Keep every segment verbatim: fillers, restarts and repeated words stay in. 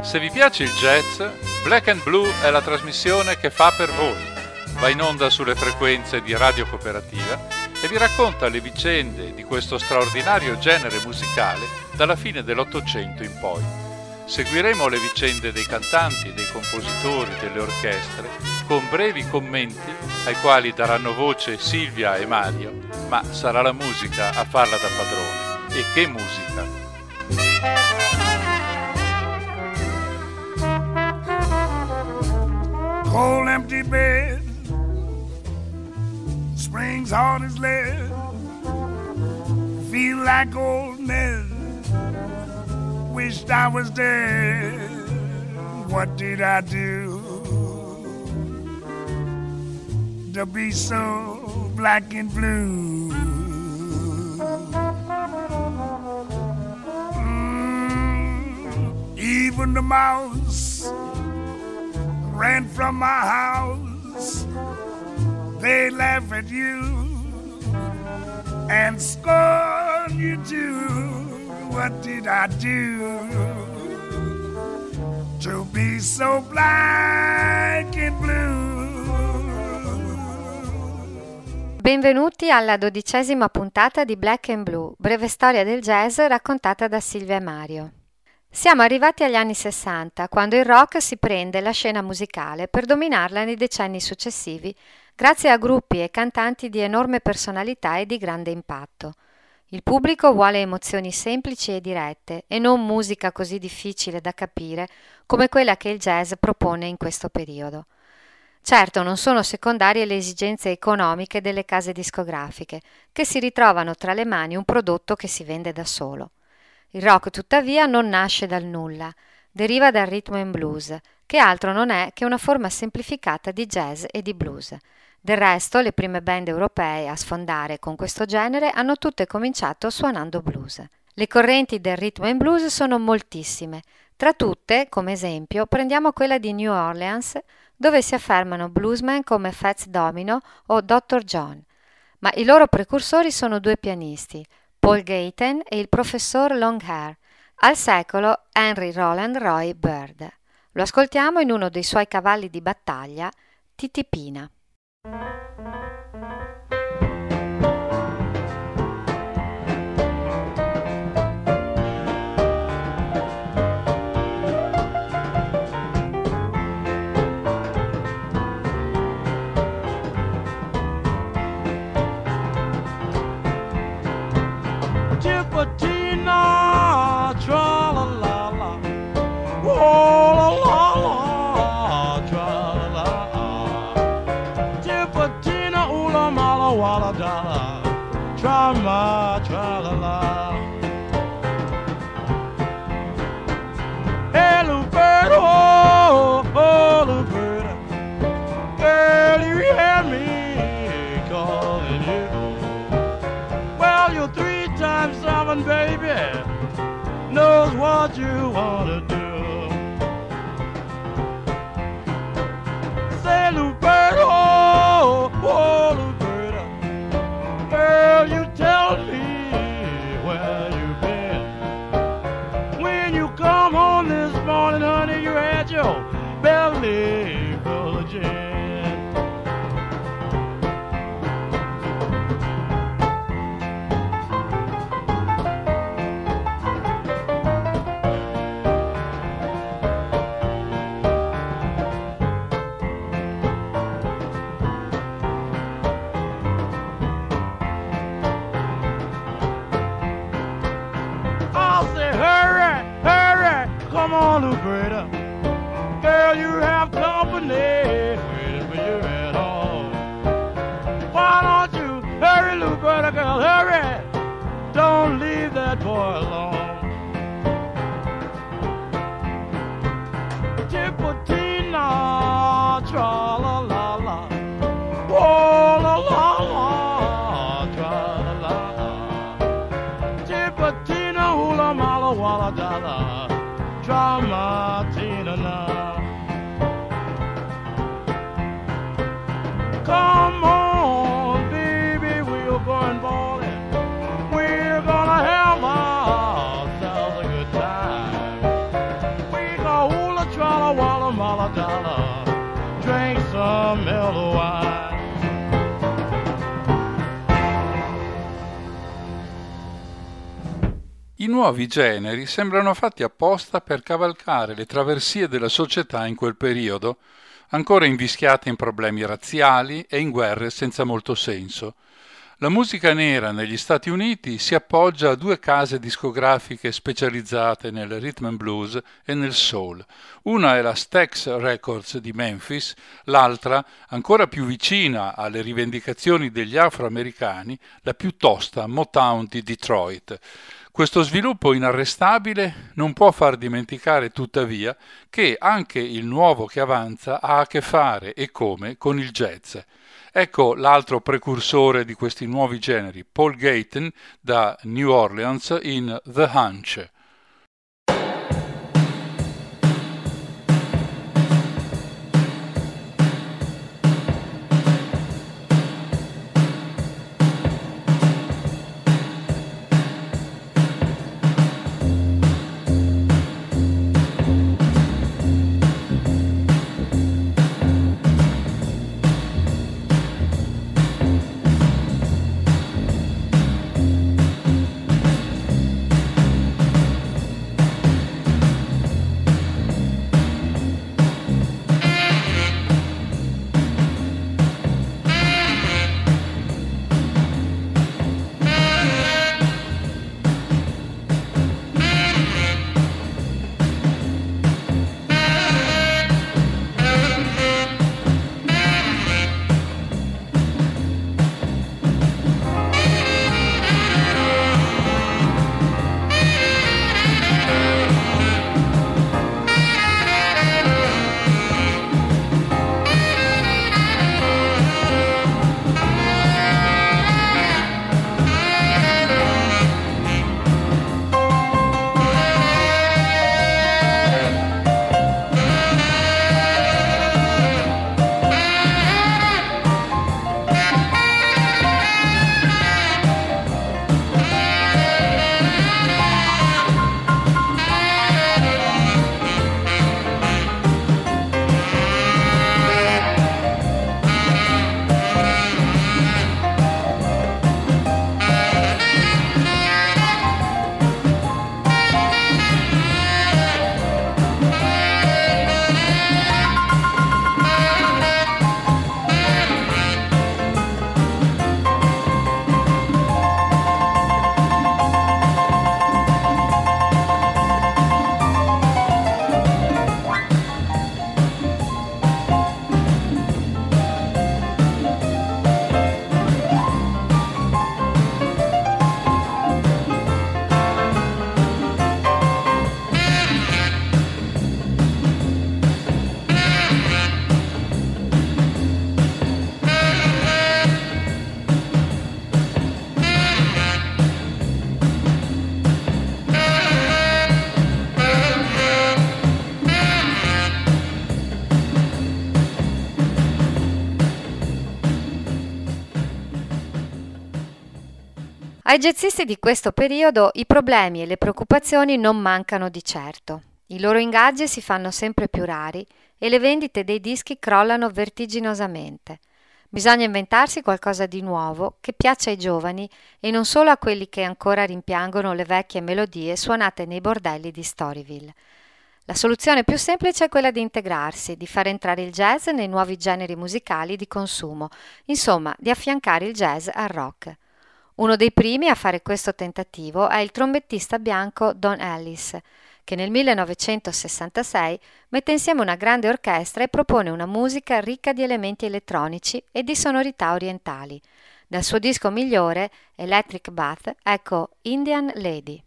Se vi piace il jazz, Black and Blue è la trasmissione che fa per voi. Va in onda sulle frequenze di Radio Cooperativa e vi racconta le vicende di questo straordinario genere musicale dalla fine dell'Ottocento in poi. Seguiremo le vicende dei cantanti, dei compositori, delle orchestre, con brevi commenti ai quali daranno voce Silvia e Mario, ma sarà la musica a farla da padrone. E che musica! Cold empty bed, springs hard as lead, feel like old men, wished I was dead. What did I do to be so black and blue? Mm, even the mouse ran from my house. They laugh at you and scorn you too. What did I do to be so black and blue? Benvenuti alla dodicesima puntata di Black and Blue, breve storia del jazz raccontata da Silvia e Mario. Siamo arrivati agli anni sessanta, quando il rock si prende la scena musicale per dominarla nei decenni successivi, grazie a gruppi e cantanti di enorme personalità e di grande impatto. Il pubblico vuole emozioni semplici e dirette e non musica così difficile da capire come quella che il jazz propone in questo periodo. Certo, non sono secondarie le esigenze economiche delle case discografiche, che si ritrovano tra le mani un prodotto che si vende da solo. Il rock, tuttavia, non nasce dal nulla, deriva dal rhythm and blues, che altro non è che una forma semplificata di jazz e di blues. Del resto, le prime band europee a sfondare con questo genere hanno tutte cominciato suonando blues. Le correnti del rhythm and blues sono moltissime. Tra tutte, come esempio, prendiamo quella di New Orleans, dove si affermano bluesmen come Fats Domino o doctor John. Ma i loro precursori sono due pianisti, Paul Gaten e il professor Longhair, al secolo Henry Roland Roy Bird. Lo ascoltiamo in uno dei suoi cavalli di battaglia, Titipina. Tipatina, tra-la-la-la, oh-la-la-la, tra-la-la. Tipatina, oola-mala-walla-dalla, tra-ma, tra-la-la. Hey, Lupert, oh, oh, Lupert, girl, you hear me calling you. Well, you're three times seven, baby, knows what you wanna do. Say, Luberta, oh, oh, Luberta, girl, you tell me where you've been. When you come home this morning, honey, you had your belly full of gin. Come on, Luberta, girl, you have company waiting for you at home. Why don't you hurry, Luberta, girl, hurry? Don't leave that boy alone. Tipatina, tra-la-la-la, oh-la-la-la, tra-la-la-la. Tipatina, hula-mala-walla-dalla, Martina now. Come on, baby, we're going bowling. We're gonna have ourselves a good time. We go drink some mellow wine. I nuovi generi sembrano fatti apposta per cavalcare le traversie della società in quel periodo, ancora invischiate in problemi razziali e in guerre senza molto senso. La musica nera negli Stati Uniti si appoggia a due case discografiche specializzate nel rhythm and blues e nel soul. Una è la Stax Records di Memphis, l'altra, ancora più vicina alle rivendicazioni degli afroamericani, la più tosta Motown di Detroit. Questo sviluppo inarrestabile non può far dimenticare tuttavia che anche il nuovo che avanza ha a che fare, e come, con il jazz. Ecco l'altro precursore di questi nuovi generi, Paul Gayten da New Orleans in The Hunch. Ai jazzisti di questo periodo i problemi e le preoccupazioni non mancano di certo. I loro ingaggi si fanno sempre più rari e le vendite dei dischi crollano vertiginosamente. Bisogna inventarsi qualcosa di nuovo che piaccia ai giovani e non solo a quelli che ancora rimpiangono le vecchie melodie suonate nei bordelli di Storyville. La soluzione più semplice è quella di integrarsi, di far entrare il jazz nei nuovi generi musicali di consumo, insomma di affiancare il jazz al rock. Uno dei primi a fare questo tentativo è il trombettista bianco Don Ellis, che nel millenovecentosessantasei mette insieme una grande orchestra e propone una musica ricca di elementi elettronici e di sonorità orientali. Dal suo disco migliore, Electric Bath, ecco Indian Lady.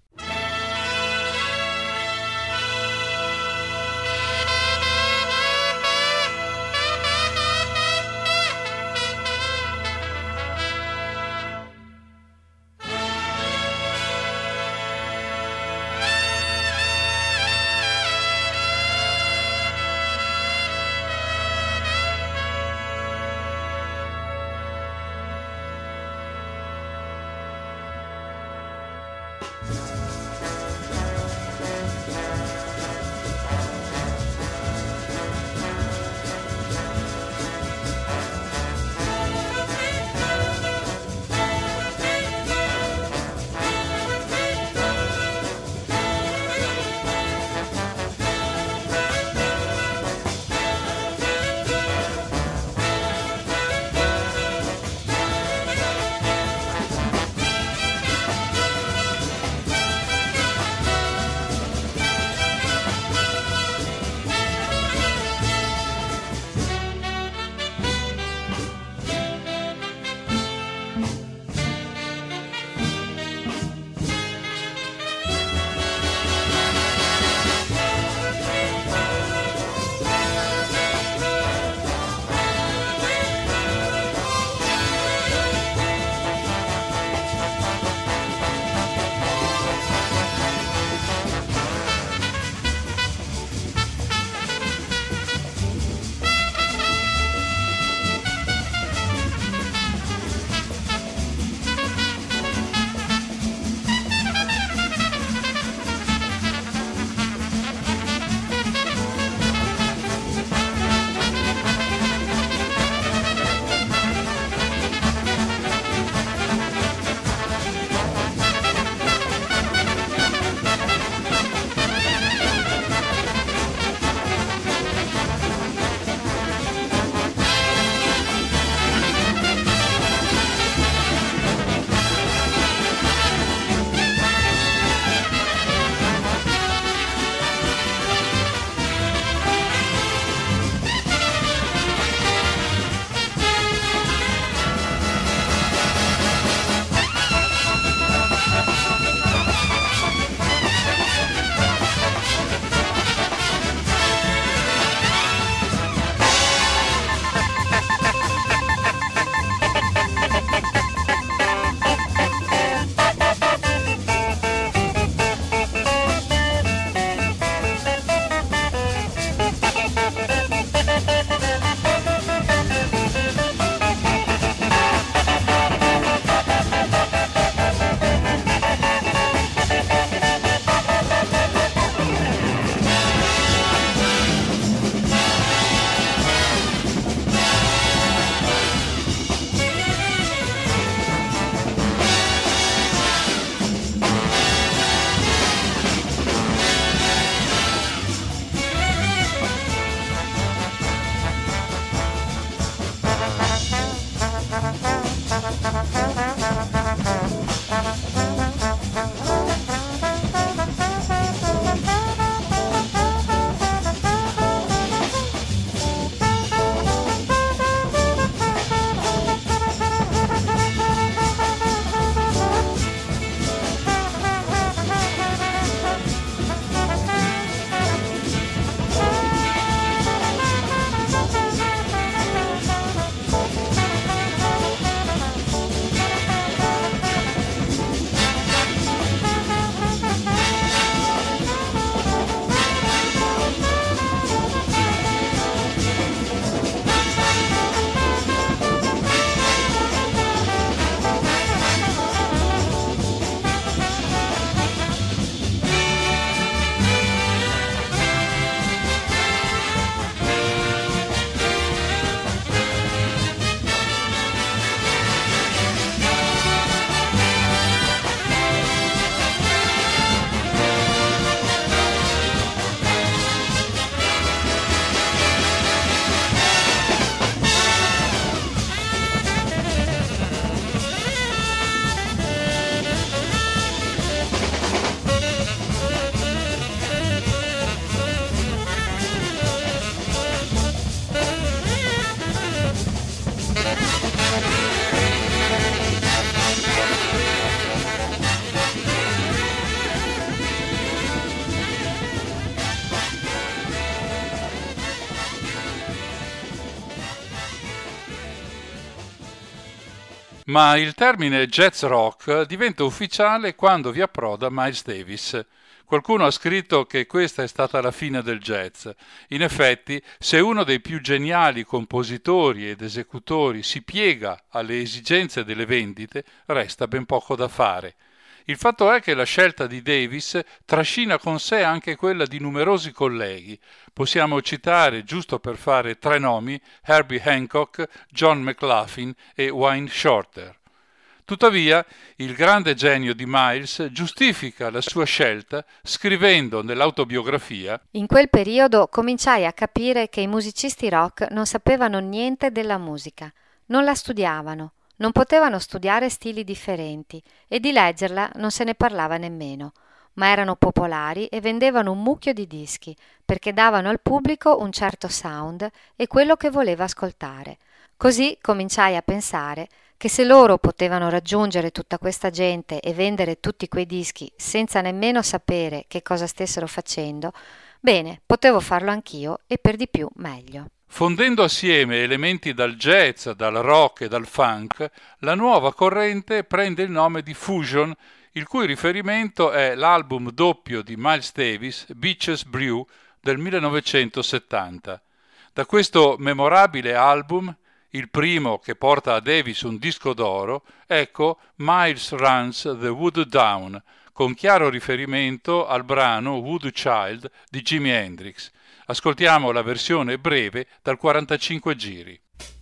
Ma il termine jazz rock diventa ufficiale quando vi approda Miles Davis. Qualcuno ha scritto che questa è stata la fine del jazz. In effetti, se uno dei più geniali compositori ed esecutori si piega alle esigenze delle vendite, resta ben poco da fare. Il fatto è che la scelta di Davis trascina con sé anche quella di numerosi colleghi. Possiamo citare, giusto per fare tre nomi, Herbie Hancock, John McLaughlin e Wayne Shorter. Tuttavia, il grande genio di Miles giustifica la sua scelta scrivendo nell'autobiografia: in quel periodo cominciai a capire che i musicisti rock non sapevano niente della musica, non la studiavano, non potevano studiare stili differenti e di leggerla non se ne parlava nemmeno, ma erano popolari e vendevano un mucchio di dischi perché davano al pubblico un certo sound e quello che voleva ascoltare. Così cominciai a pensare che se loro potevano raggiungere tutta questa gente e vendere tutti quei dischi senza nemmeno sapere che cosa stessero facendo, bene, potevo farlo anch'io e per di più meglio. Fondendo assieme elementi dal jazz, dal rock e dal funk, la nuova corrente prende il nome di fusion, il cui riferimento è l'album doppio di Miles Davis, Beaches Brew, del millenovecentosettanta. Da questo memorabile album, il primo che porta a Davis un disco d'oro, ecco Miles Runs the Voodoo Down, con chiaro riferimento al brano Voodoo Child di Jimi Hendrix. Ascoltiamo la versione breve dal quarantacinque giri.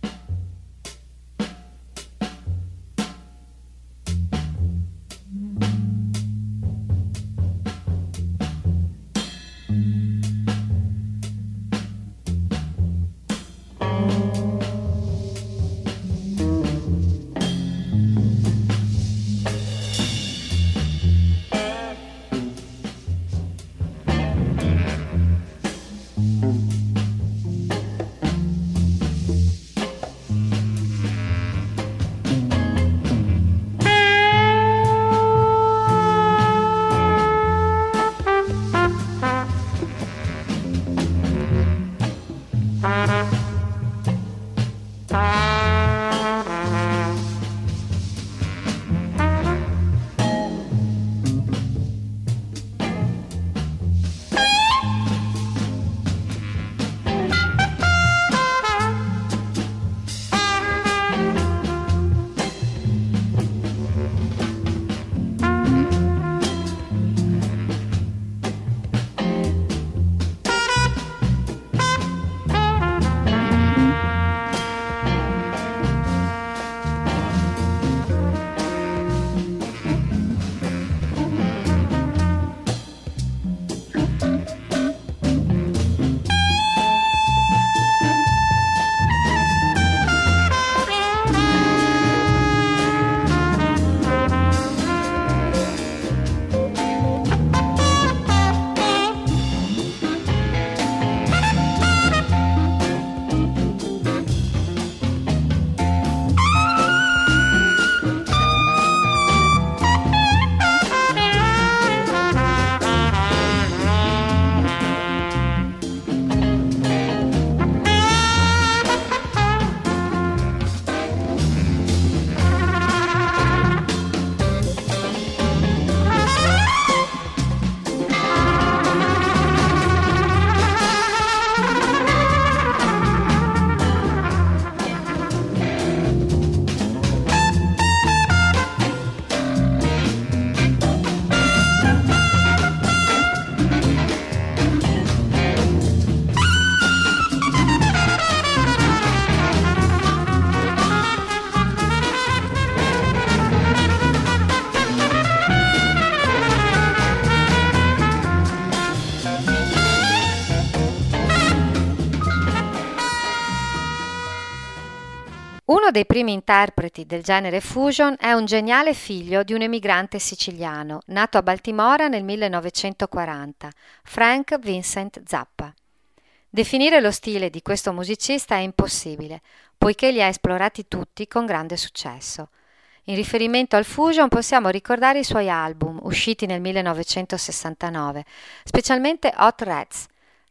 Uno dei primi interpreti del genere fusion è un geniale figlio di un emigrante siciliano, nato a Baltimora nel millenovecentoquaranta, Frank Vincent Zappa. Definire lo stile di questo musicista è impossibile, poiché li ha esplorati tutti con grande successo. In riferimento al fusion possiamo ricordare i suoi album, usciti nel millenovecentosessantanove, specialmente Hot Rats,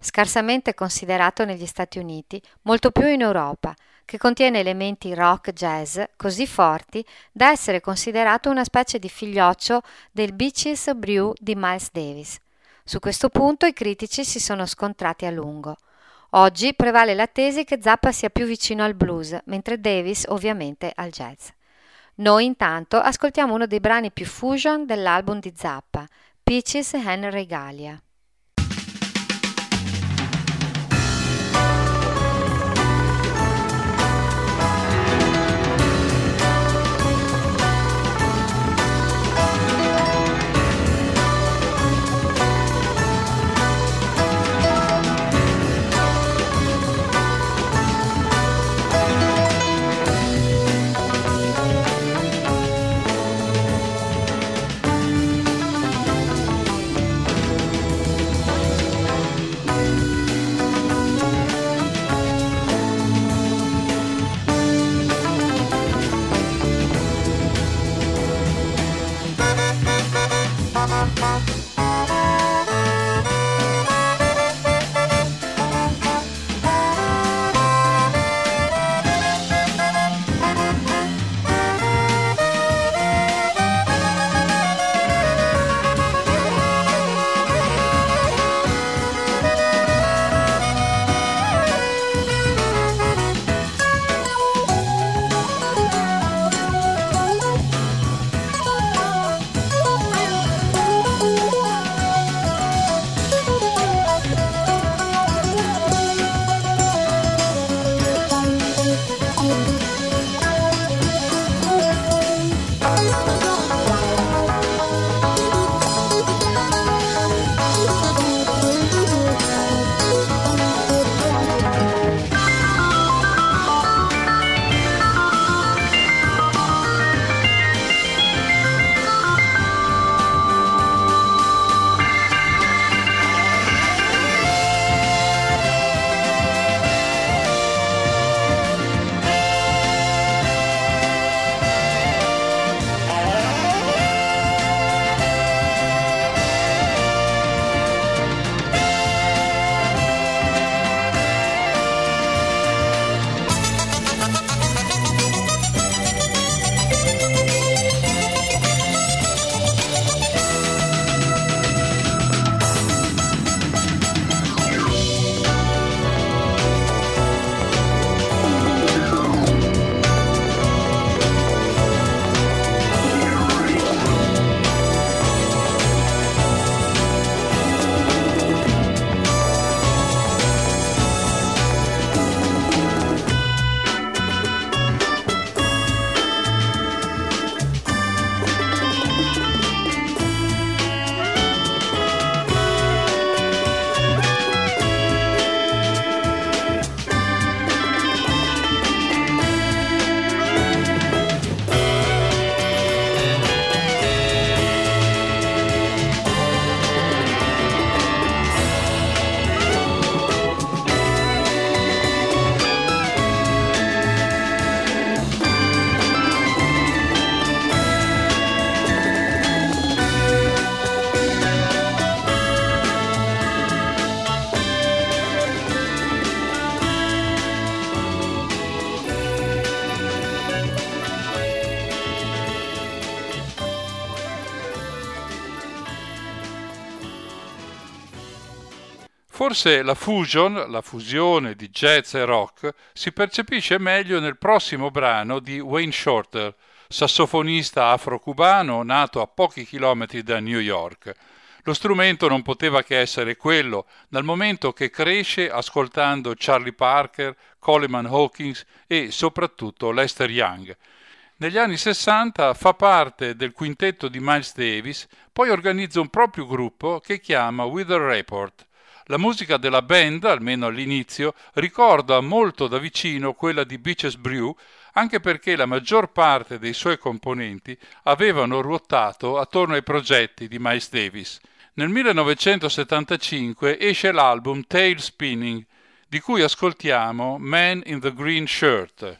scarsamente considerato negli Stati Uniti, molto più in Europa, che contiene elementi rock jazz così forti da essere considerato una specie di figlioccio del Beaches Brew di Miles Davis. Su questo punto i critici si sono scontrati a lungo. Oggi prevale la tesi che Zappa sia più vicino al blues, mentre Davis ovviamente al jazz. Noi intanto ascoltiamo uno dei brani più fusion dell'album di Zappa, Peaches and Regalia. Forse la fusion, la fusione di jazz e rock, si percepisce meglio nel prossimo brano di Wayne Shorter, sassofonista afro-cubano nato a pochi chilometri da New York. Lo strumento non poteva che essere quello, dal momento che cresce ascoltando Charlie Parker, Coleman Hawkins e soprattutto Lester Young. Negli anni sessanta fa parte del quintetto di Miles Davis, poi organizza un proprio gruppo che chiama Weather Report. La musica della band, almeno all'inizio, ricorda molto da vicino quella di Beaches Brew, anche perché la maggior parte dei suoi componenti avevano ruotato attorno ai progetti di Miles Davis. Nel millenovecentosettantacinque esce l'album Tail Spinning, di cui ascoltiamo Man in the Green Shirt.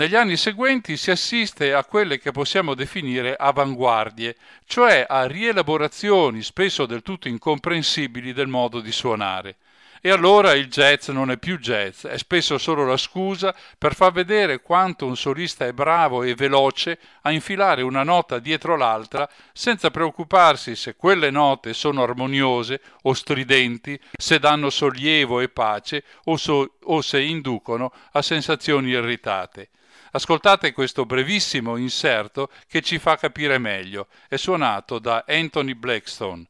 negli anni seguenti si assiste a quelle che possiamo definire avanguardie, cioè a rielaborazioni spesso del tutto incomprensibili del modo di suonare. E allora il jazz non è più jazz, è spesso solo la scusa per far vedere quanto un solista è bravo e veloce a infilare una nota dietro l'altra senza preoccuparsi se quelle note sono armoniose o stridenti, se danno sollievo e pace o, so- o se inducono a sensazioni irritate. Ascoltate questo brevissimo inserto che ci fa capire meglio. È suonato da Anthony Blackstone.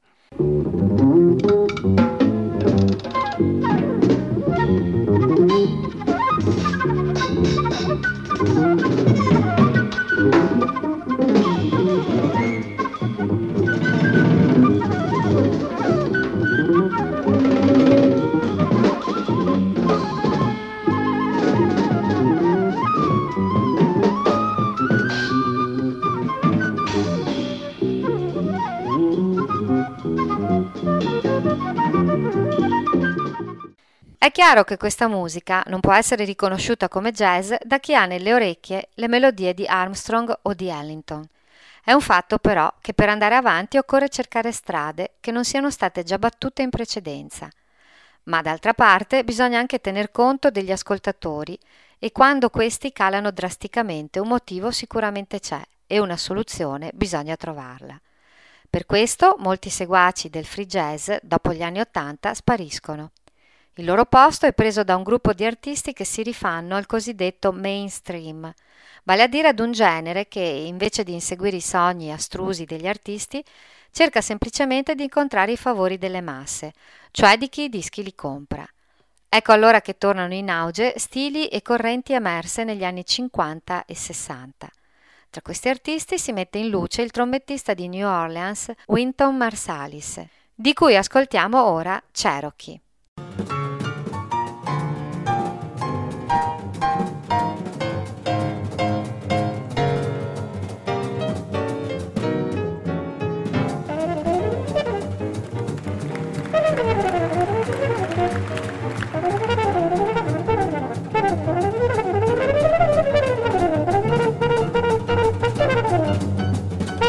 È chiaro che questa musica non può essere riconosciuta come jazz da chi ha nelle orecchie le melodie di Armstrong o di Ellington. È un fatto però che per andare avanti occorre cercare strade che non siano state già battute in precedenza. Ma d'altra parte bisogna anche tener conto degli ascoltatori e quando questi calano drasticamente un motivo sicuramente c'è e una soluzione bisogna trovarla. Per questo molti seguaci del free jazz dopo gli anni Ottanta spariscono. Il loro posto è preso da un gruppo di artisti che si rifanno al cosiddetto mainstream, vale a dire ad un genere che, invece di inseguire i sogni astrusi degli artisti, cerca semplicemente di incontrare i favori delle masse, cioè di chi i dischi li compra. Ecco allora che tornano in auge stili e correnti emerse negli anni cinquanta e sessanta. Tra questi artisti si mette in luce il trombettista di New Orleans Wynton Marsalis, di cui ascoltiamo ora Cherokee.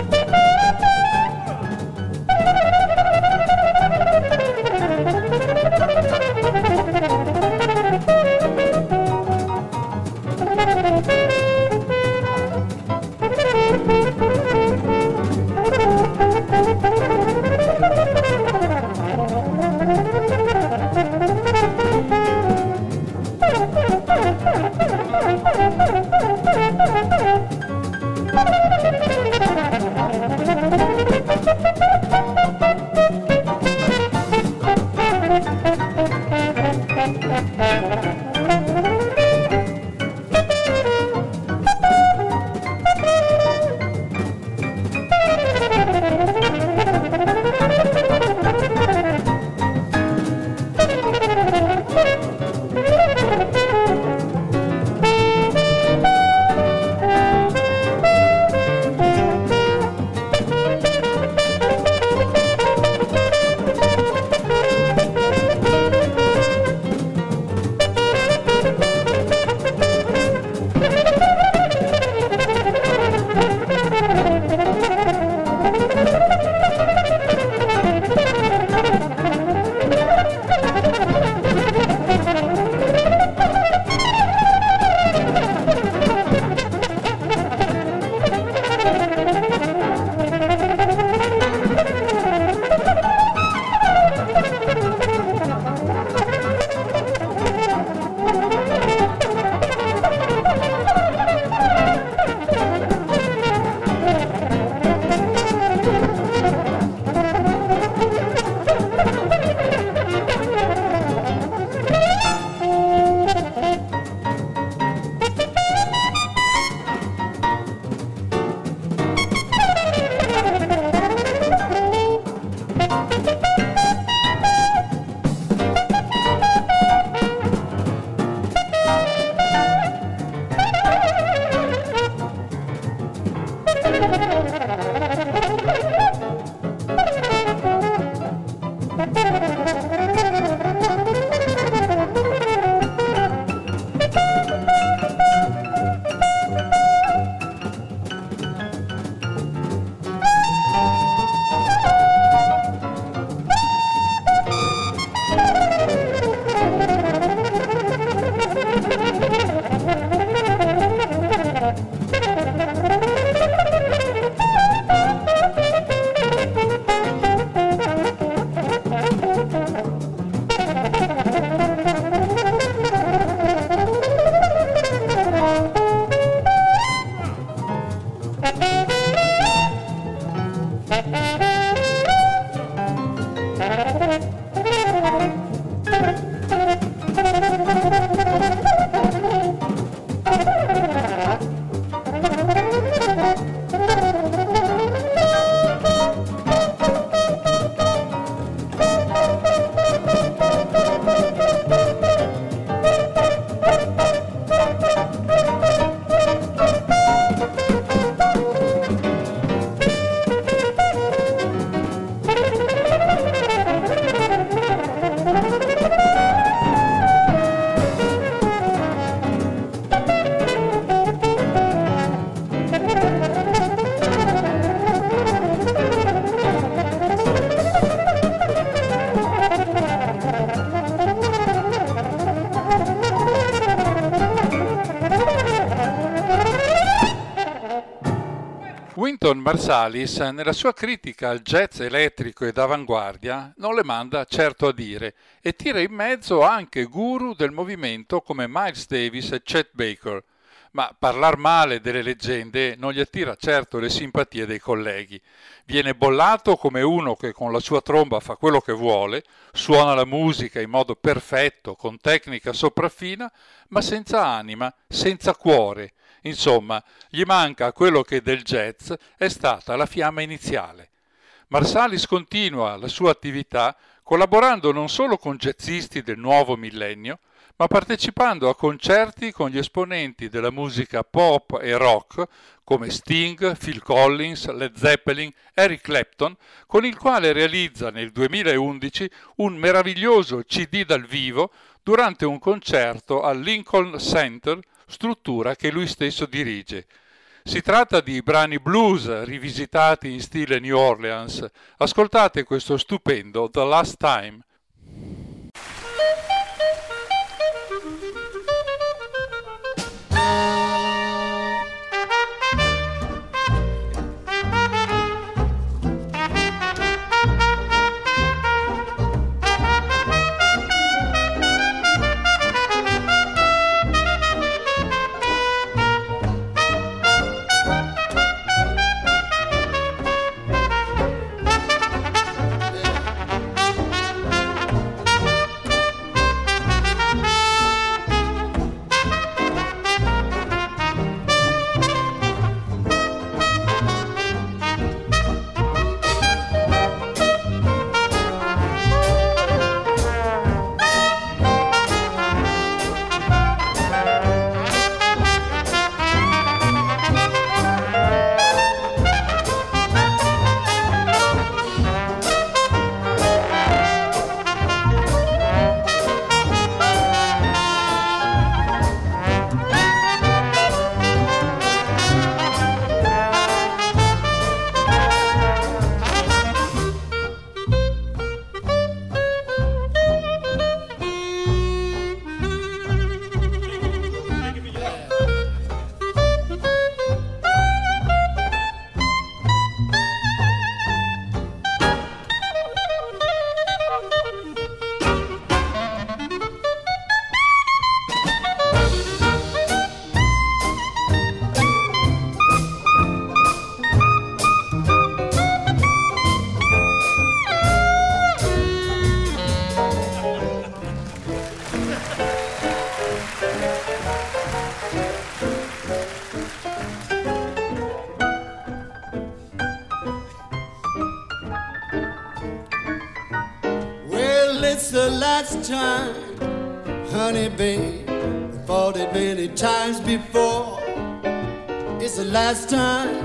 Thank you. Wynton Marsalis, nella sua critica al jazz elettrico e d'avanguardia, non le manda certo a dire e tira in mezzo anche guru del movimento come Miles Davis e Chet Baker, ma parlar male delle leggende non gli attira certo le simpatie dei colleghi. Viene bollato come uno che con la sua tromba fa quello che vuole, suona la musica in modo perfetto, con tecnica sopraffina, ma senza anima, senza cuore. Insomma, gli manca quello che del jazz è stata la fiamma iniziale. Marsalis continua la sua attività collaborando non solo con jazzisti del nuovo millennio, ma partecipando a concerti con gli esponenti della musica pop e rock come Sting, Phil Collins, Led Zeppelin, Eric Clapton, con il quale realizza nel duemilaundici un meraviglioso C D dal vivo durante un concerto al Lincoln Center, struttura che lui stesso dirige. Si tratta di brani blues rivisitati in stile New Orleans. Ascoltate questo stupendo The Last Time. It's the last time, honey babe, I fought it many times before. It's the last time,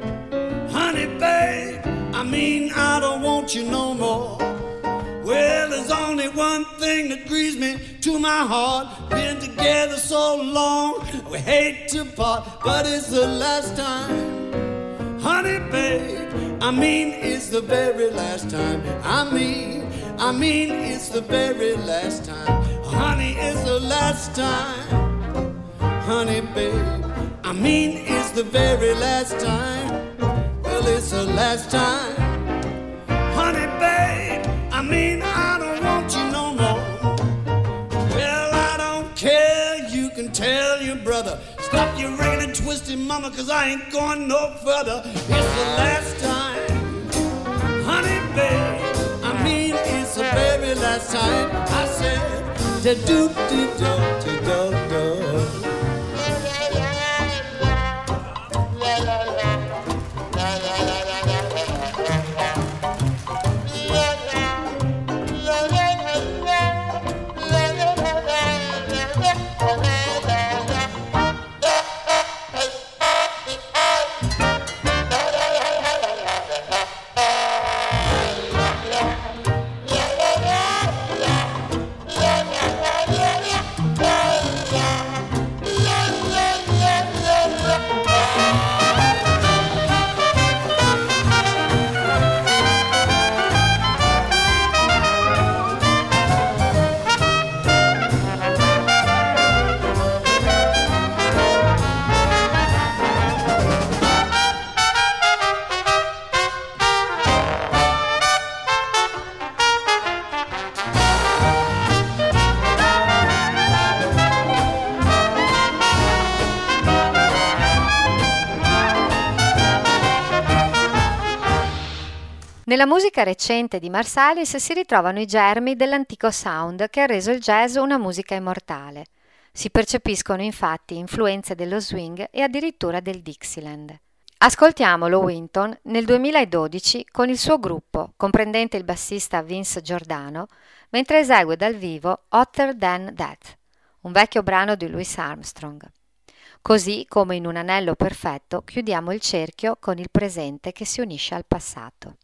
honey babe, I mean I don't want you no more. Well, there's only one thing that grieves me to my heart. Been together so long, we hate to part, but it's the last time, honey babe, I mean it's the very last time. I mean I mean, it's the very last time. Honey, it's the last time. Honey, babe, I mean, it's the very last time. Well, it's the last time. Honey, babe, I mean, I don't want you no more. Well, I don't care, you can tell your brother. Stop your ragged and twisted mama, cause I ain't going no further. It's the last time. da do do do do do. Nella musica recente di Marsalis si ritrovano i germi dell'antico sound che ha reso il jazz una musica immortale. Si percepiscono infatti influenze dello swing e addirittura del Dixieland. Ascoltiamolo Winton nel duemiladodici con il suo gruppo, comprendente il bassista Vince Giordano, mentre esegue dal vivo Hotter Than That, un vecchio brano di Louis Armstrong. Così, come in un anello perfetto, chiudiamo il cerchio con il presente che si unisce al passato.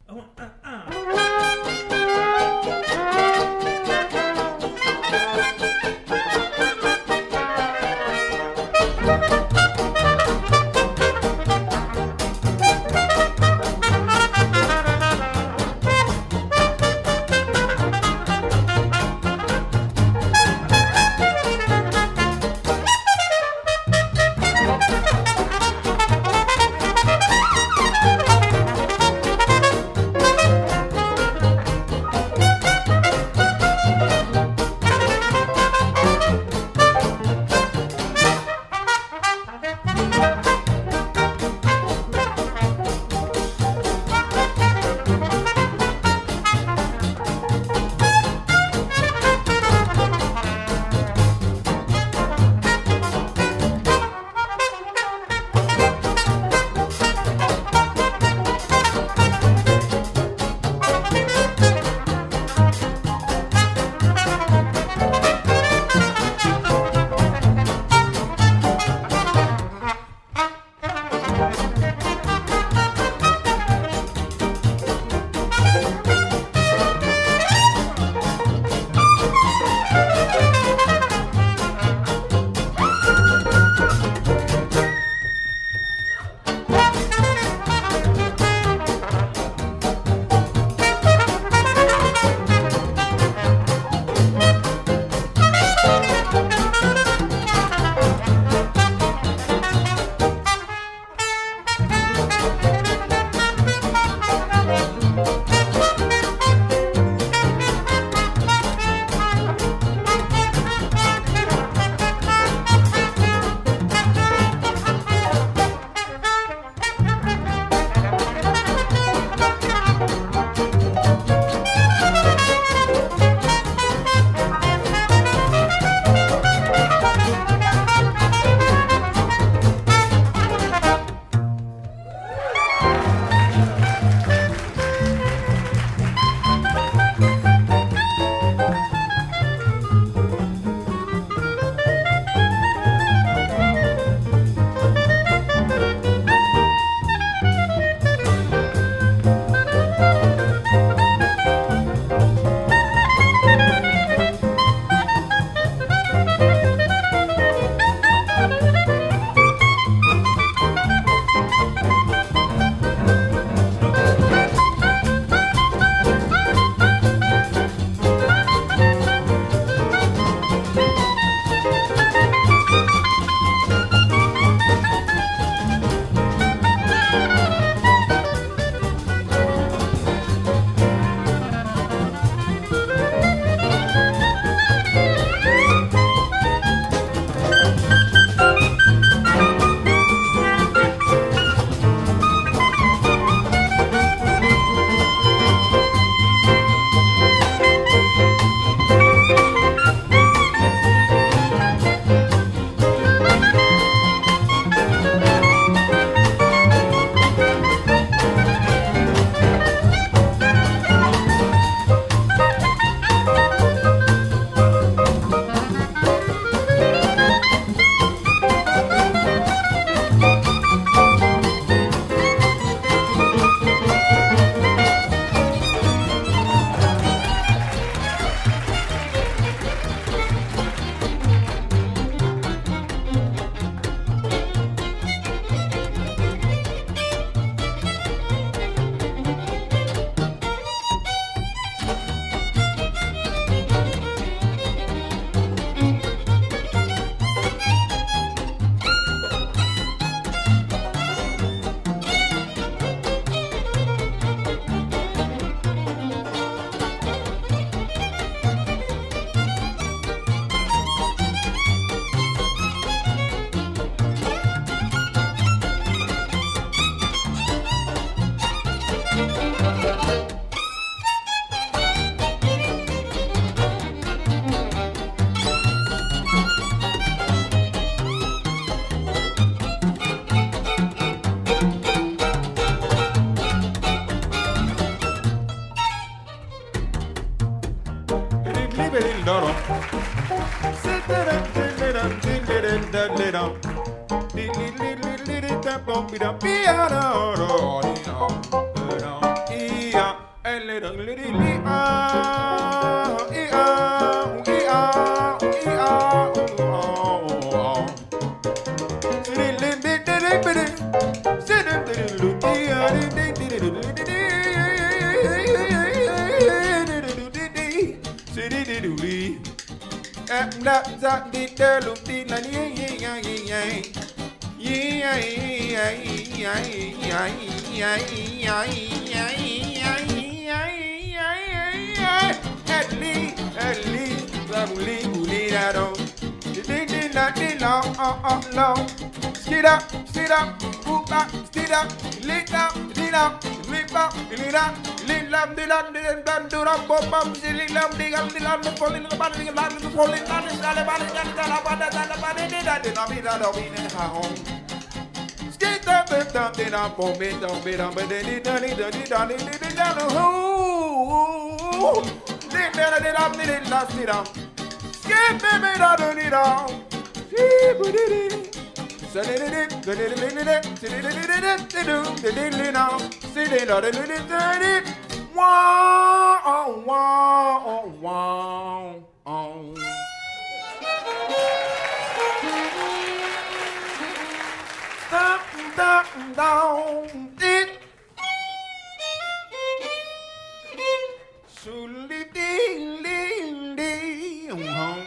Skid up, skid up, whoop up, skid up, lit up, lit up, lit up, lit up, lit up, lit up, lit up, lit up, bum bum, lit up, lit up, lit up, the falling, the body, the body, the falling, the body, the body, the body, the body, the body, the body, the body, the home. Skid up, lit up, lit up, bum, lit up, lit up, lit up, lit up, lit up, lit up, lit up, who? Lit up, lit up, lit up, lit up. Skid up, lit up, lit up. Wow, wow, wow, wow. Down, down, down, it. Sully ding, ding, ding, home.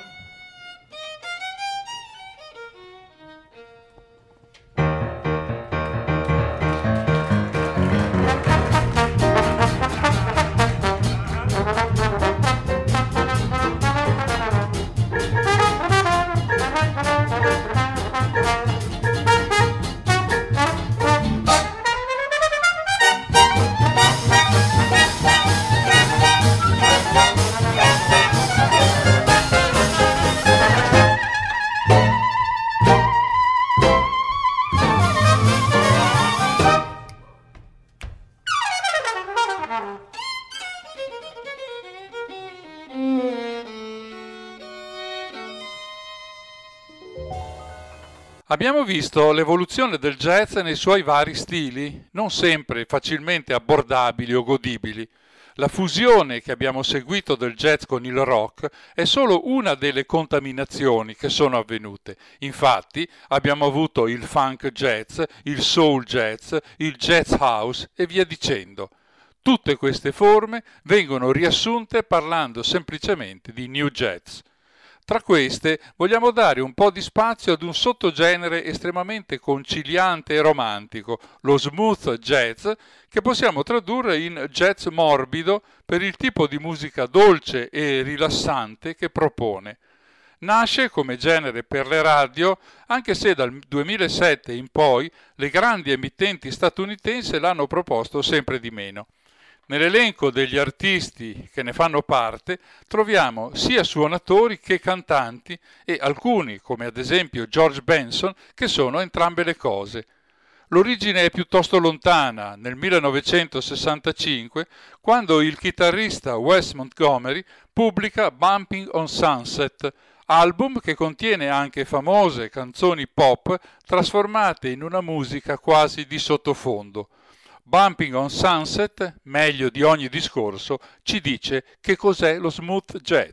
Abbiamo visto l'evoluzione del jazz nei suoi vari stili, non sempre facilmente abbordabili o godibili. La fusione che abbiamo seguito del jazz con il rock è solo una delle contaminazioni che sono avvenute. Infatti abbiamo avuto il funk jazz, il soul jazz, il jazz house e via dicendo. Tutte queste forme vengono riassunte parlando semplicemente di new jazz. Tra queste vogliamo dare un po' di spazio ad un sottogenere estremamente conciliante e romantico, lo smooth jazz, che possiamo tradurre in jazz morbido per il tipo di musica dolce e rilassante che propone. Nasce come genere per le radio, anche se dal duemilasette in poi le grandi emittenti statunitensi l'hanno proposto sempre di meno. Nell'elenco degli artisti che ne fanno parte troviamo sia suonatori che cantanti e alcuni, come ad esempio George Benson, che sono entrambe le cose. L'origine è piuttosto lontana, nel millenovecentosessantacinque, quando il chitarrista Wes Montgomery pubblica Bumping on Sunset, album che contiene anche famose canzoni pop trasformate in una musica quasi di sottofondo. Bumping on Sunset, meglio di ogni discorso, ci dice che cos'è lo smooth jazz.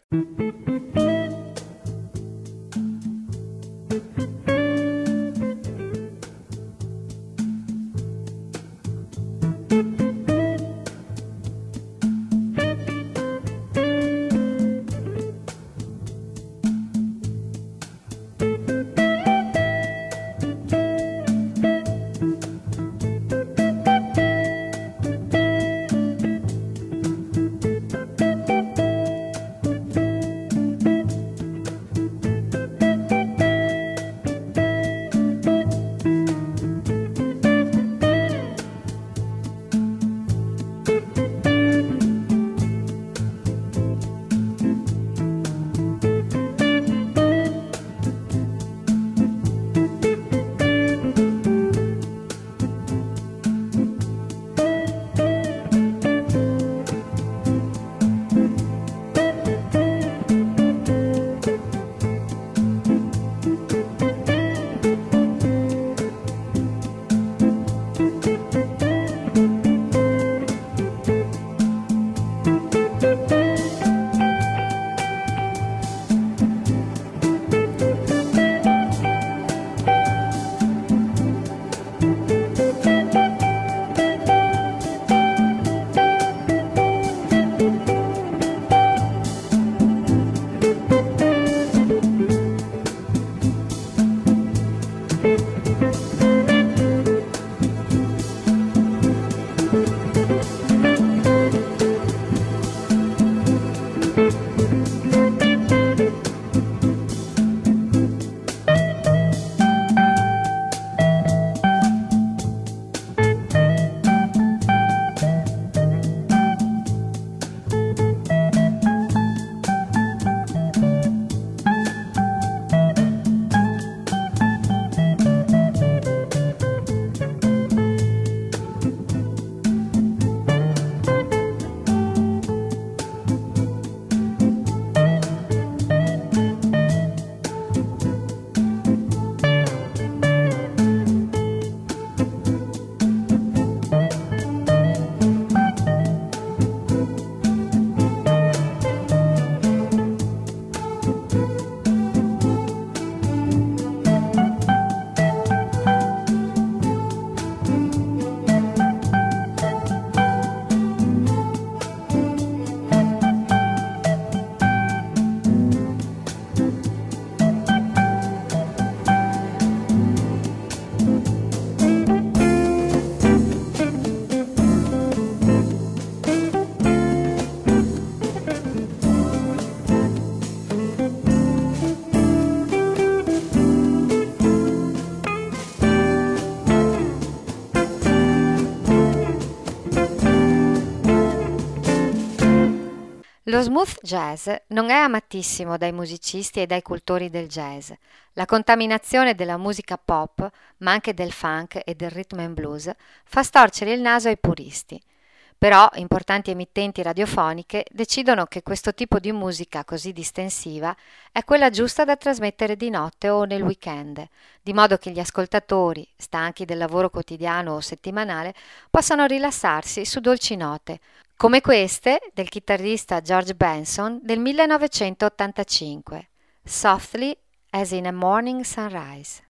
Lo smooth jazz non è amatissimo dai musicisti e dai cultori del jazz. La contaminazione della musica pop, ma anche del funk e del rhythm and blues, fa storcere il naso ai puristi. Però importanti emittenti radiofoniche decidono che questo tipo di musica così distensiva è quella giusta da trasmettere di notte o nel weekend, di modo che gli ascoltatori, stanchi del lavoro quotidiano o settimanale, possano rilassarsi su dolci note, come queste del chitarrista George Benson del millenovecentottantacinque, Softly as in a Morning Sunrise.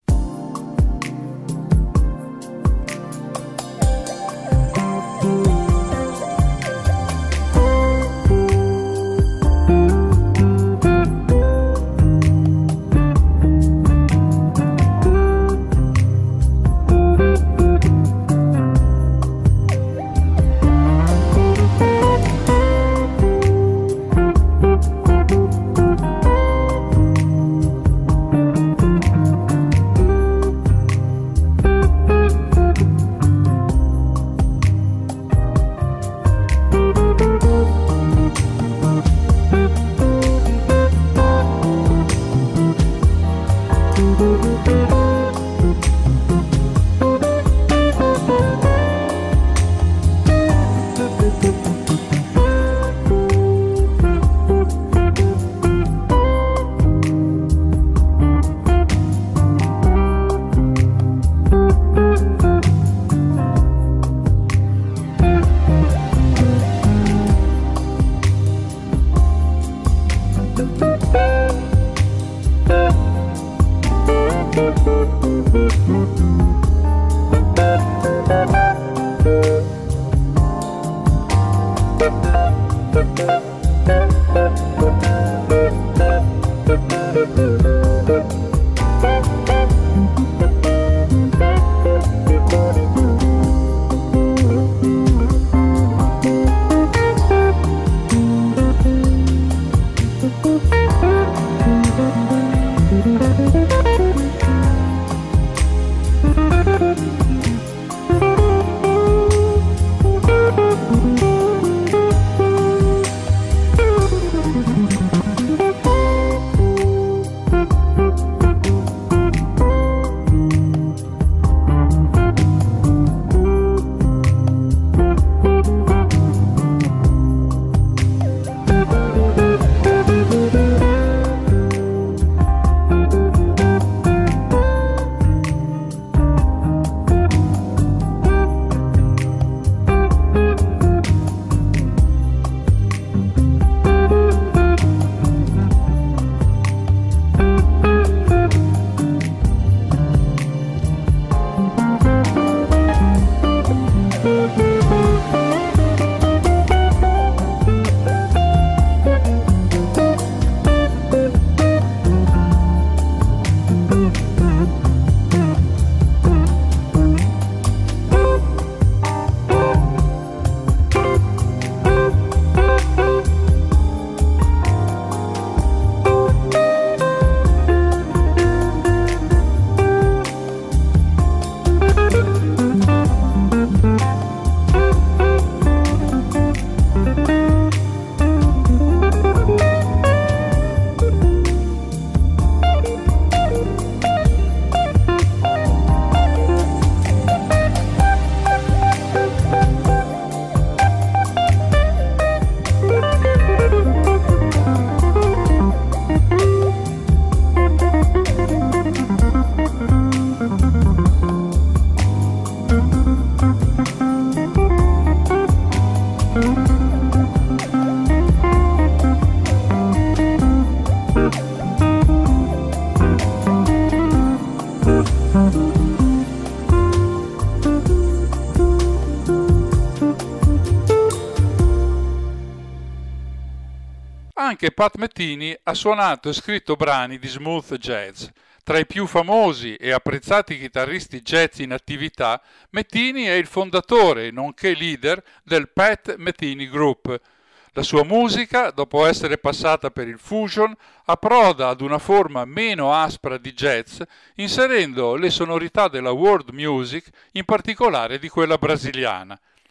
Anche Pat Metheny ha suonato e scritto brani di smooth jazz. Tra i più famosi e apprezzati chitarristi jazz in attività, Metheny è il fondatore, nonché leader, del Pat Metheny Group. La sua musica, dopo essere passata per il fusion, approda ad una forma meno aspra di jazz, inserendo le sonorità della world music, in particolare di quella brasiliana.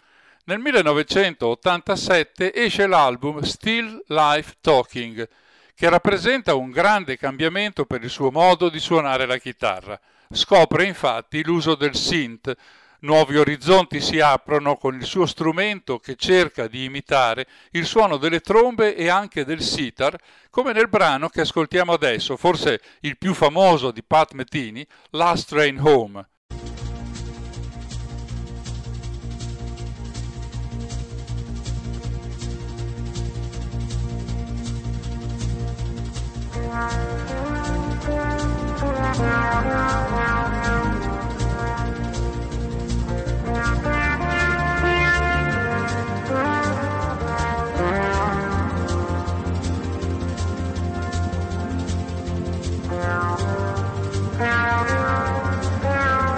Nel millenovecentottantasette esce l'album Still Life Talking, che rappresenta un grande cambiamento per il suo modo di suonare la chitarra. Scopre infatti l'uso del synth. Nuovi orizzonti si aprono con il suo strumento che cerca di imitare il suono delle trombe e anche del sitar, come nel brano che ascoltiamo adesso, forse il più famoso di Pat Metheny, Last Train Home. Thank you.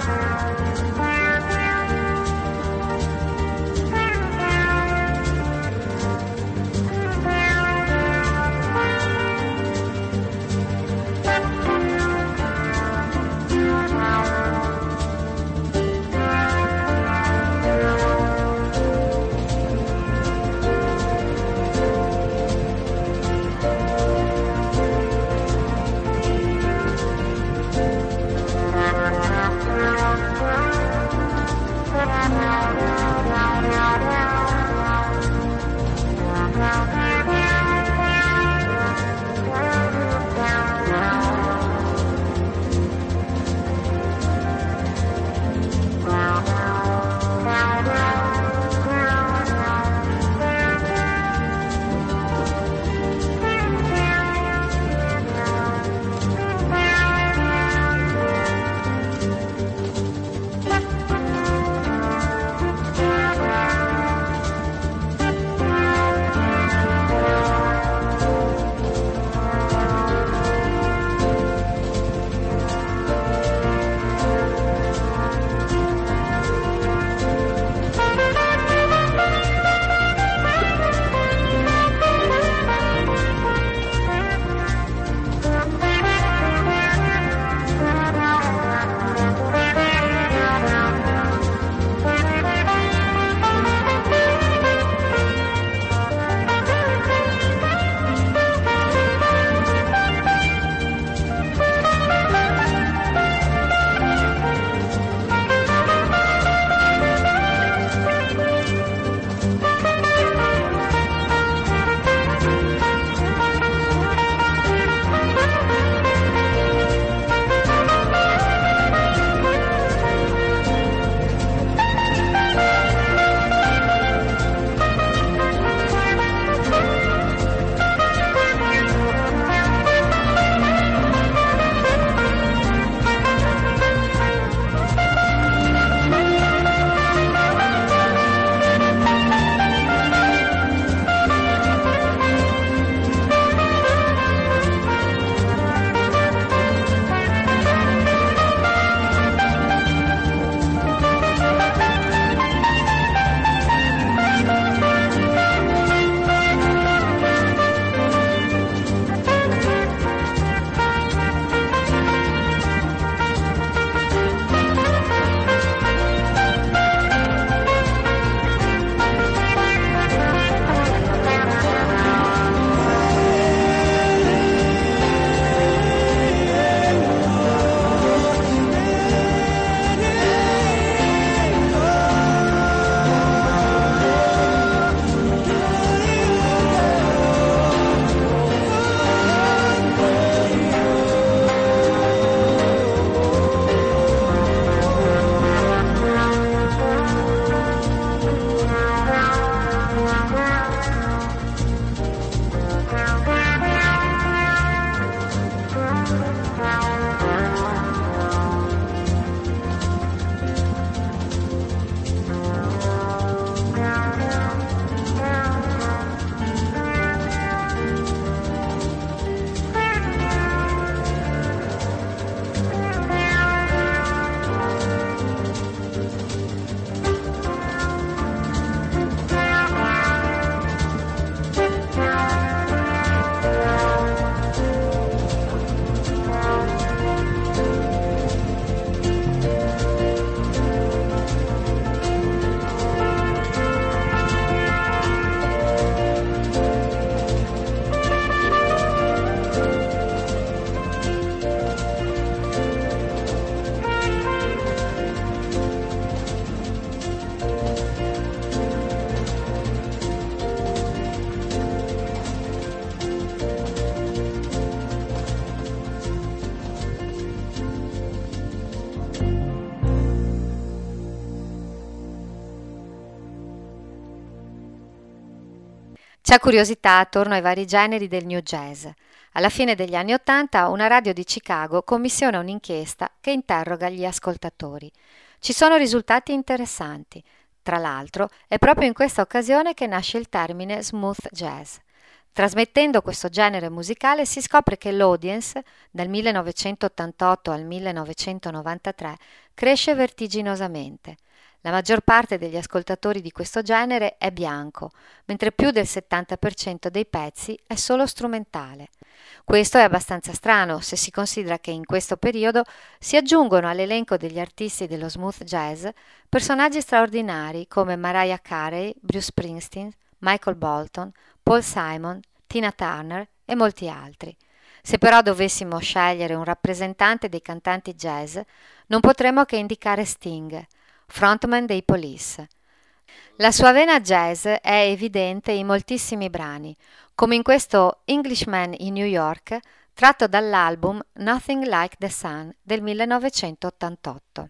C'è curiosità attorno ai vari generi del new jazz. Alla fine degli anni Ottanta una radio di Chicago commissiona un'inchiesta che interroga gli ascoltatori. Ci sono risultati interessanti. Tra l'altro, è proprio in questa occasione che nasce il termine smooth jazz. Trasmettendo questo genere musicale si scopre che l'audience, dal millenovecentottantotto al millenovecentonovantatré, cresce vertiginosamente. La maggior parte degli ascoltatori di questo genere è bianco, mentre più del settanta per cento dei pezzi è solo strumentale. Questo è abbastanza strano se si considera che in questo periodo si aggiungono all'elenco degli artisti dello smooth jazz personaggi straordinari come Mariah Carey, Bruce Springsteen, Michael Bolton, Paul Simon, Tina Turner e molti altri. Se però dovessimo scegliere un rappresentante dei cantanti jazz, non potremmo che indicare Sting, frontman dei Police. La sua vena jazz è evidente in moltissimi brani, come in questo Englishman in New York, tratto dall'album Nothing Like the Sun del millenovecentottantotto.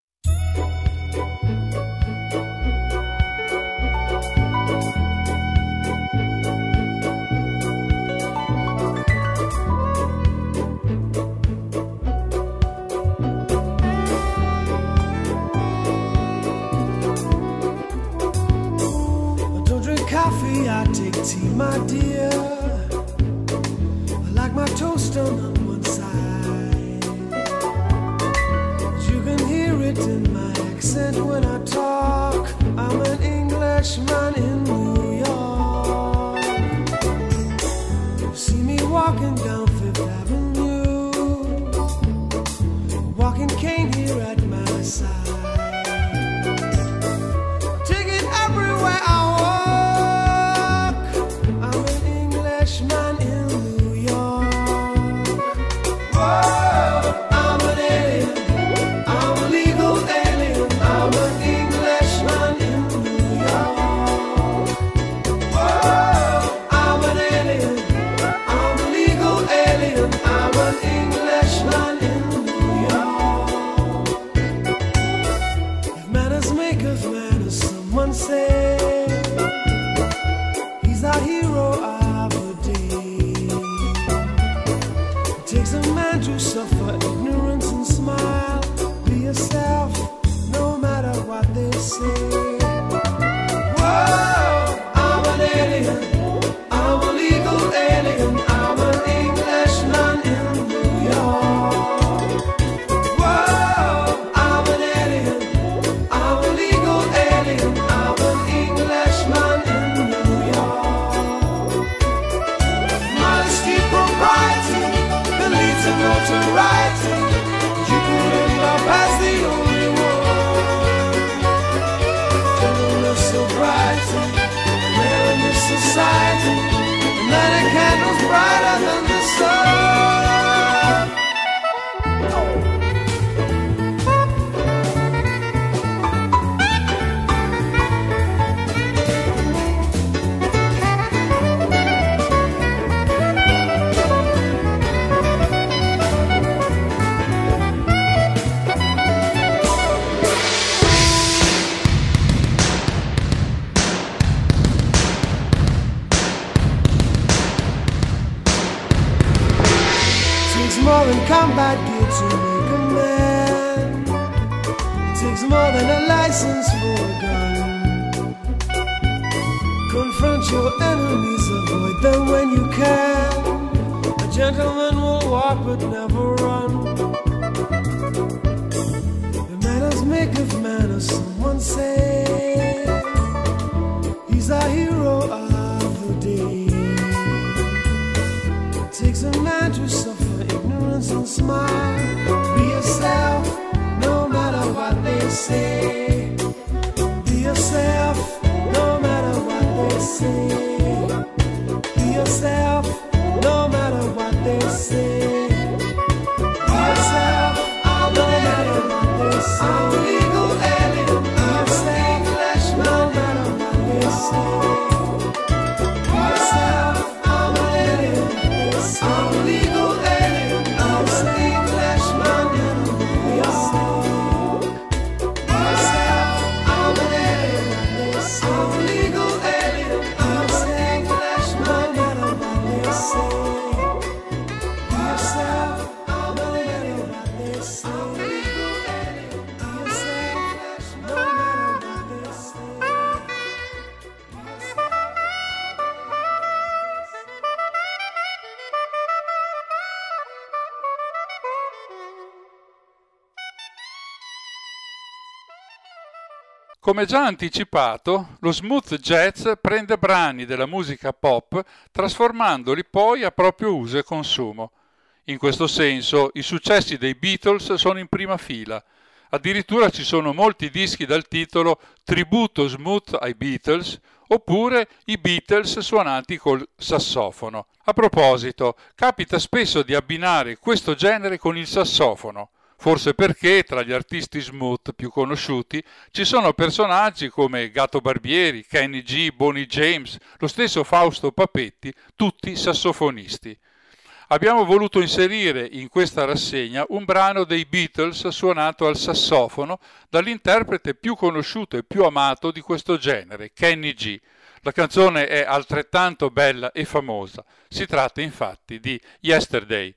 I take tea, my dear. I like my toast done on one side. You can hear it in my accent when I talk. I'm an Englishman in New York. You see me walking down Fifth Avenue, a walking cane here at my side. Take it everywhere I man in New York. Whoa, I'm an alien, I'm a legal alien, I'm an Englishman in New York. Whoa, I'm an alien, I'm a legal alien, I'm an Englishman in New York. If manners make of manners, someone say, he's our hero. I takes a man to suffer ignorance and smile. Be yourself, no matter what they say. Whoa, I'm an alien, I'm a legal alien, I'm an Englishman in New York. Whoa, I'm an alien, I'm a legal alien, I'm an Englishman in New York. Modesty, propriety, notoriety, you could end up as the only one. Gentleness, sobriety, rare in this society, and light a candles brighter than the sun. More than combat gear to make a man. It takes more than a license for a gun. Confront your enemies, avoid them when you can. A gentleman will walk but never run. The manners make of manners, someone say. He's our hero of the day. It takes a man to suffer ignorance and smile. Be yourself, no matter what they say. Be yourself, no matter what they say. Be yourself, no matter what they say. Be yourself, no matter what they say. I'm a legal alien, I'm an Englishman, no matter what they say. Be yourself, I'm an alien, I'm a legal alien, I'm an Englishman in New York. Be yourself, I'm an alien, I'm a legal alien, I'm an Englishman. Come già anticipato, lo smooth jazz prende brani della musica pop trasformandoli poi a proprio uso e consumo. In questo senso, i successi dei Beatles sono in prima fila. Addirittura ci sono molti dischi dal titolo Tributo Smooth ai Beatles oppure i Beatles suonati col sassofono. A proposito, capita spesso di abbinare questo genere con il sassofono. Forse perché tra gli artisti smooth più conosciuti ci sono personaggi come Gato Barbieri, Kenny G, Bonnie James, lo stesso Fausto Papetti, tutti sassofonisti. Abbiamo voluto inserire in questa rassegna un brano dei Beatles suonato al sassofono dall'interprete più conosciuto e più amato di questo genere, Kenny G. La canzone è altrettanto bella e famosa. Si tratta infatti di Yesterday.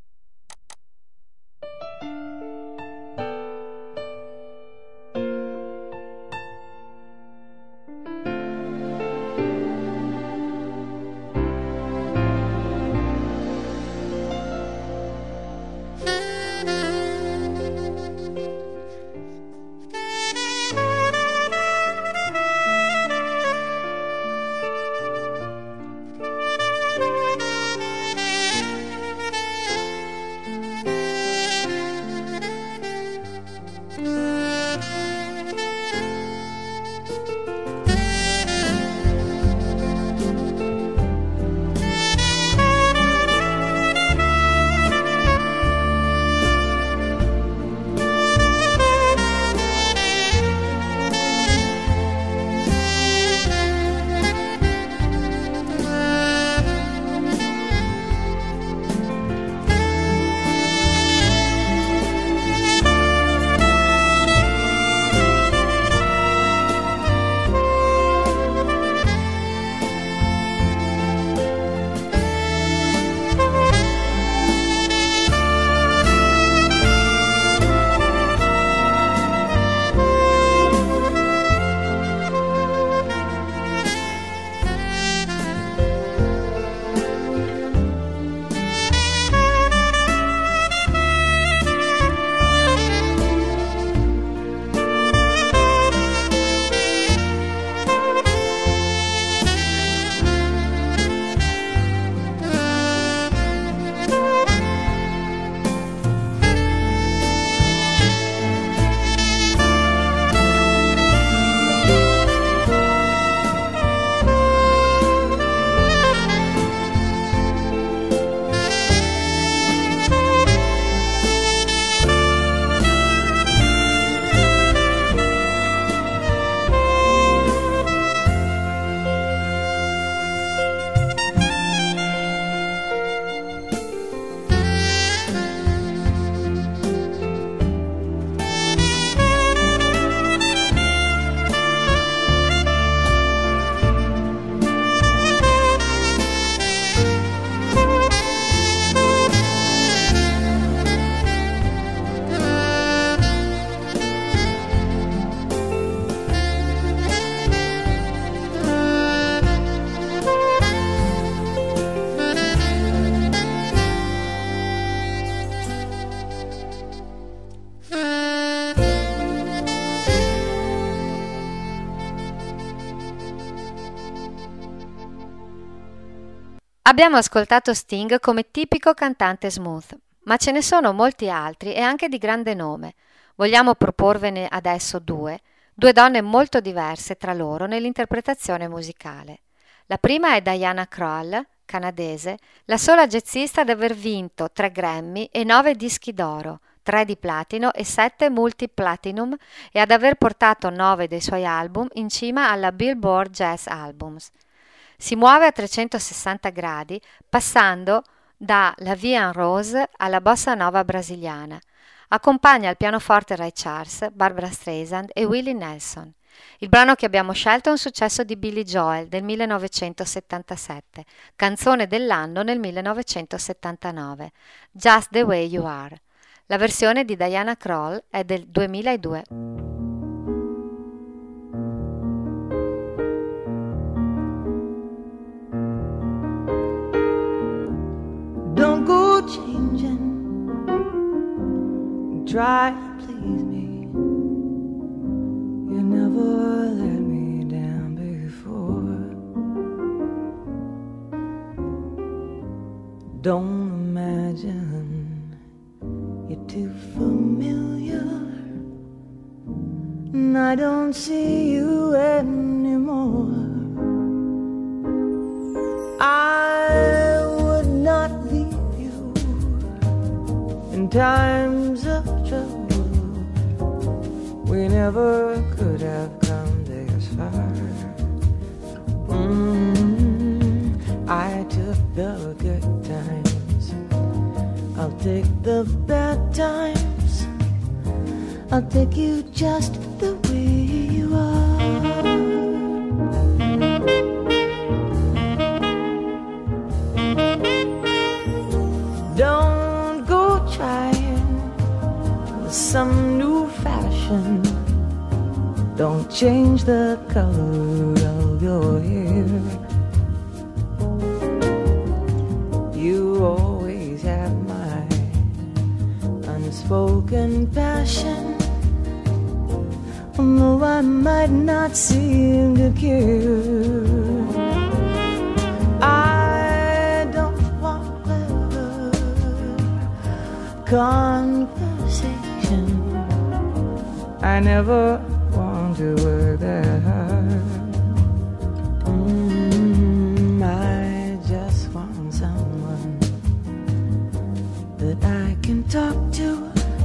Abbiamo ascoltato Sting come tipico cantante smooth, ma ce ne sono molti altri e anche di grande nome. Vogliamo proporvene adesso due, due donne molto diverse tra loro nell'interpretazione musicale. La prima è Diana Krall, canadese, la sola jazzista ad aver vinto tre Grammy e nove dischi d'oro, tre di platino e sette multi-platinum e ad aver portato nove dei suoi album in cima alla Billboard Jazz Albums. Si muove a trecentosessanta gradi, passando da La Vie en Rose alla bossa nova brasiliana. Accompagna al pianoforte Ray Charles, Barbra Streisand e Willie Nelson. Il brano che abbiamo scelto è un successo di Billy Joel del millenovecentosettantasette, canzone dell'anno nel millenovecentosettantanove, Just the Way You Are. La versione di Diana Krall è del duemiladue. Don't go changing, try to please me. You never Don't imagine you're too familiar, and I don't see you anymore. I would not leave you in times of trouble. We never could have come this far. Mm, I took the good times, I'll take the bad times, I'll take you just the way you are. Don't go trying some new fashion. Don't change the color of your hair. You always have my unspoken passion, although I might not seem to care. I don't want clever conversation. I never want to work that hard. Mm, I just want someone that I can talk to.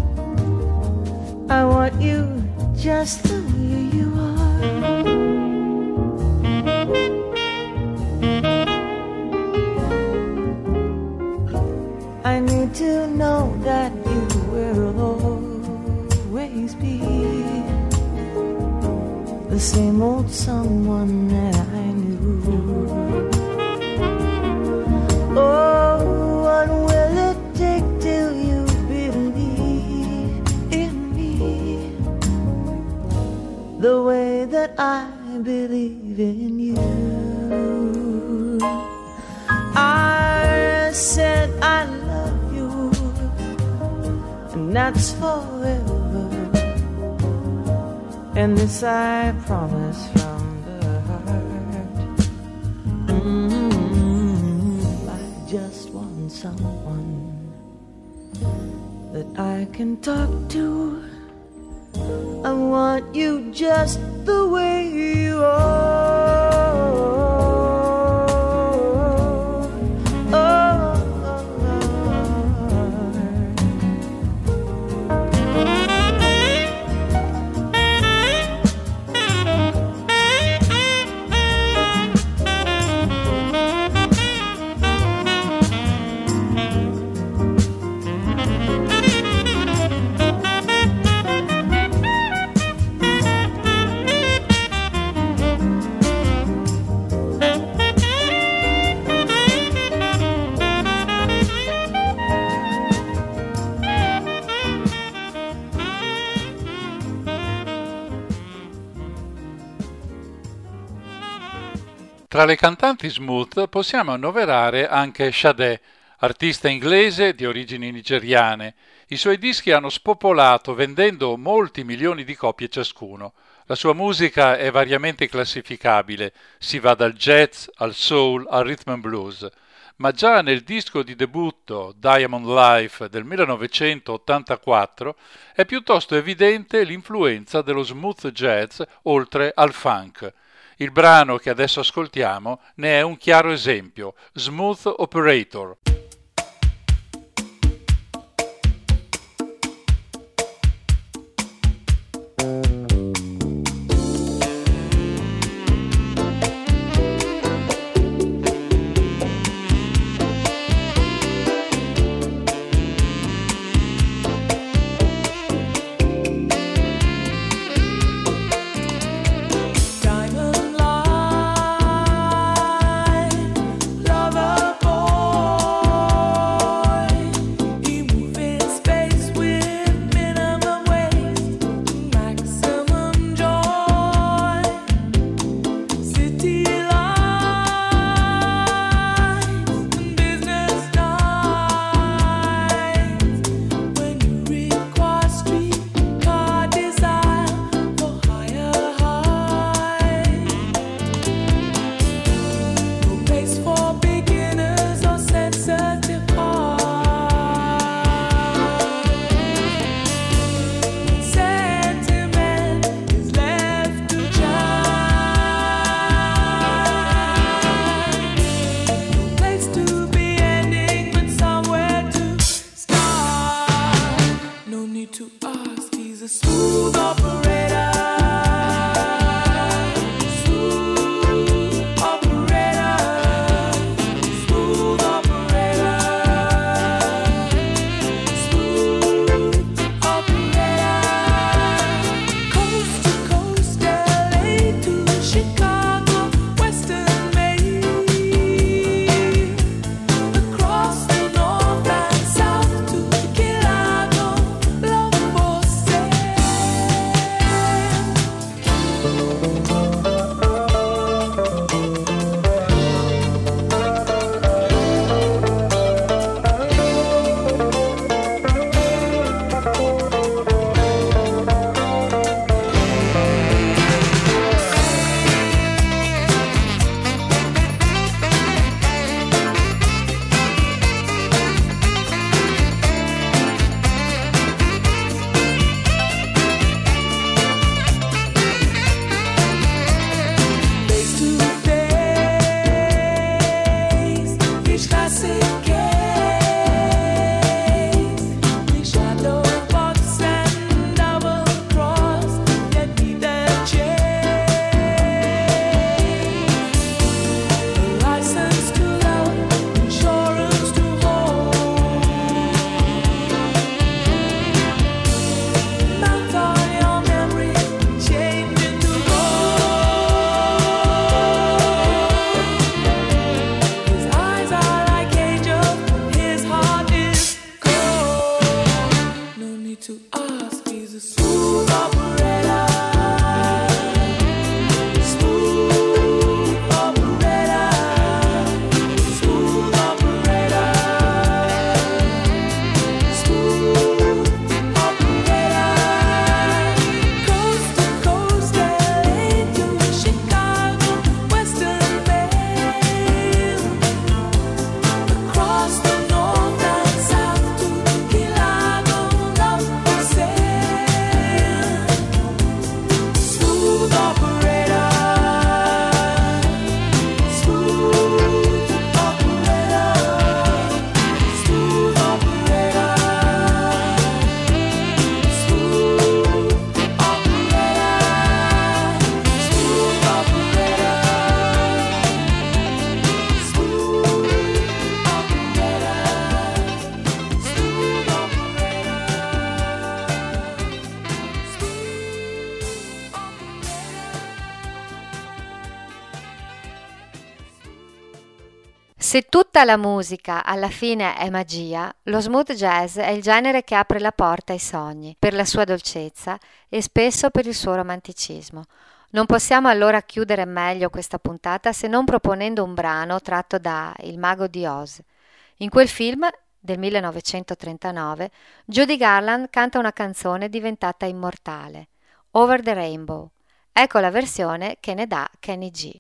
I want you just the way you are. I need to know that you will always be the same old someone that I knew. Oh, what will it take till you believe in me the way that I believe in you? I said I love you, and that's forever. And this I promise from the heart. Mm-hmm. I just want someone that I can talk to. I want you just the way you are. Oh. Tra le cantanti smooth possiamo annoverare anche Sade, artista inglese di origini nigeriane. I suoi dischi hanno spopolato vendendo molti milioni di copie ciascuno. La sua musica è variamente classificabile, si va dal jazz al soul al rhythm and blues, ma già nel disco di debutto Diamond Life del millenovecentottantaquattro è piuttosto evidente l'influenza dello smooth jazz oltre al funk. Il brano che adesso ascoltiamo ne è un chiaro esempio, Smooth Operator. Lover boy. Se tutta la musica alla fine è magia, lo smooth jazz è il genere che apre la porta ai sogni, per la sua dolcezza e spesso per il suo romanticismo. Non possiamo allora chiudere meglio questa puntata se non proponendo un brano tratto da Il Mago di Oz. In quel film del millenovecentotrentanove, Judy Garland canta una canzone diventata immortale, Over the Rainbow. Ecco la versione che ne dà Kenny G.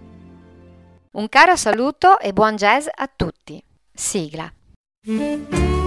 Un caro saluto e buon jazz a tutti. Sigla.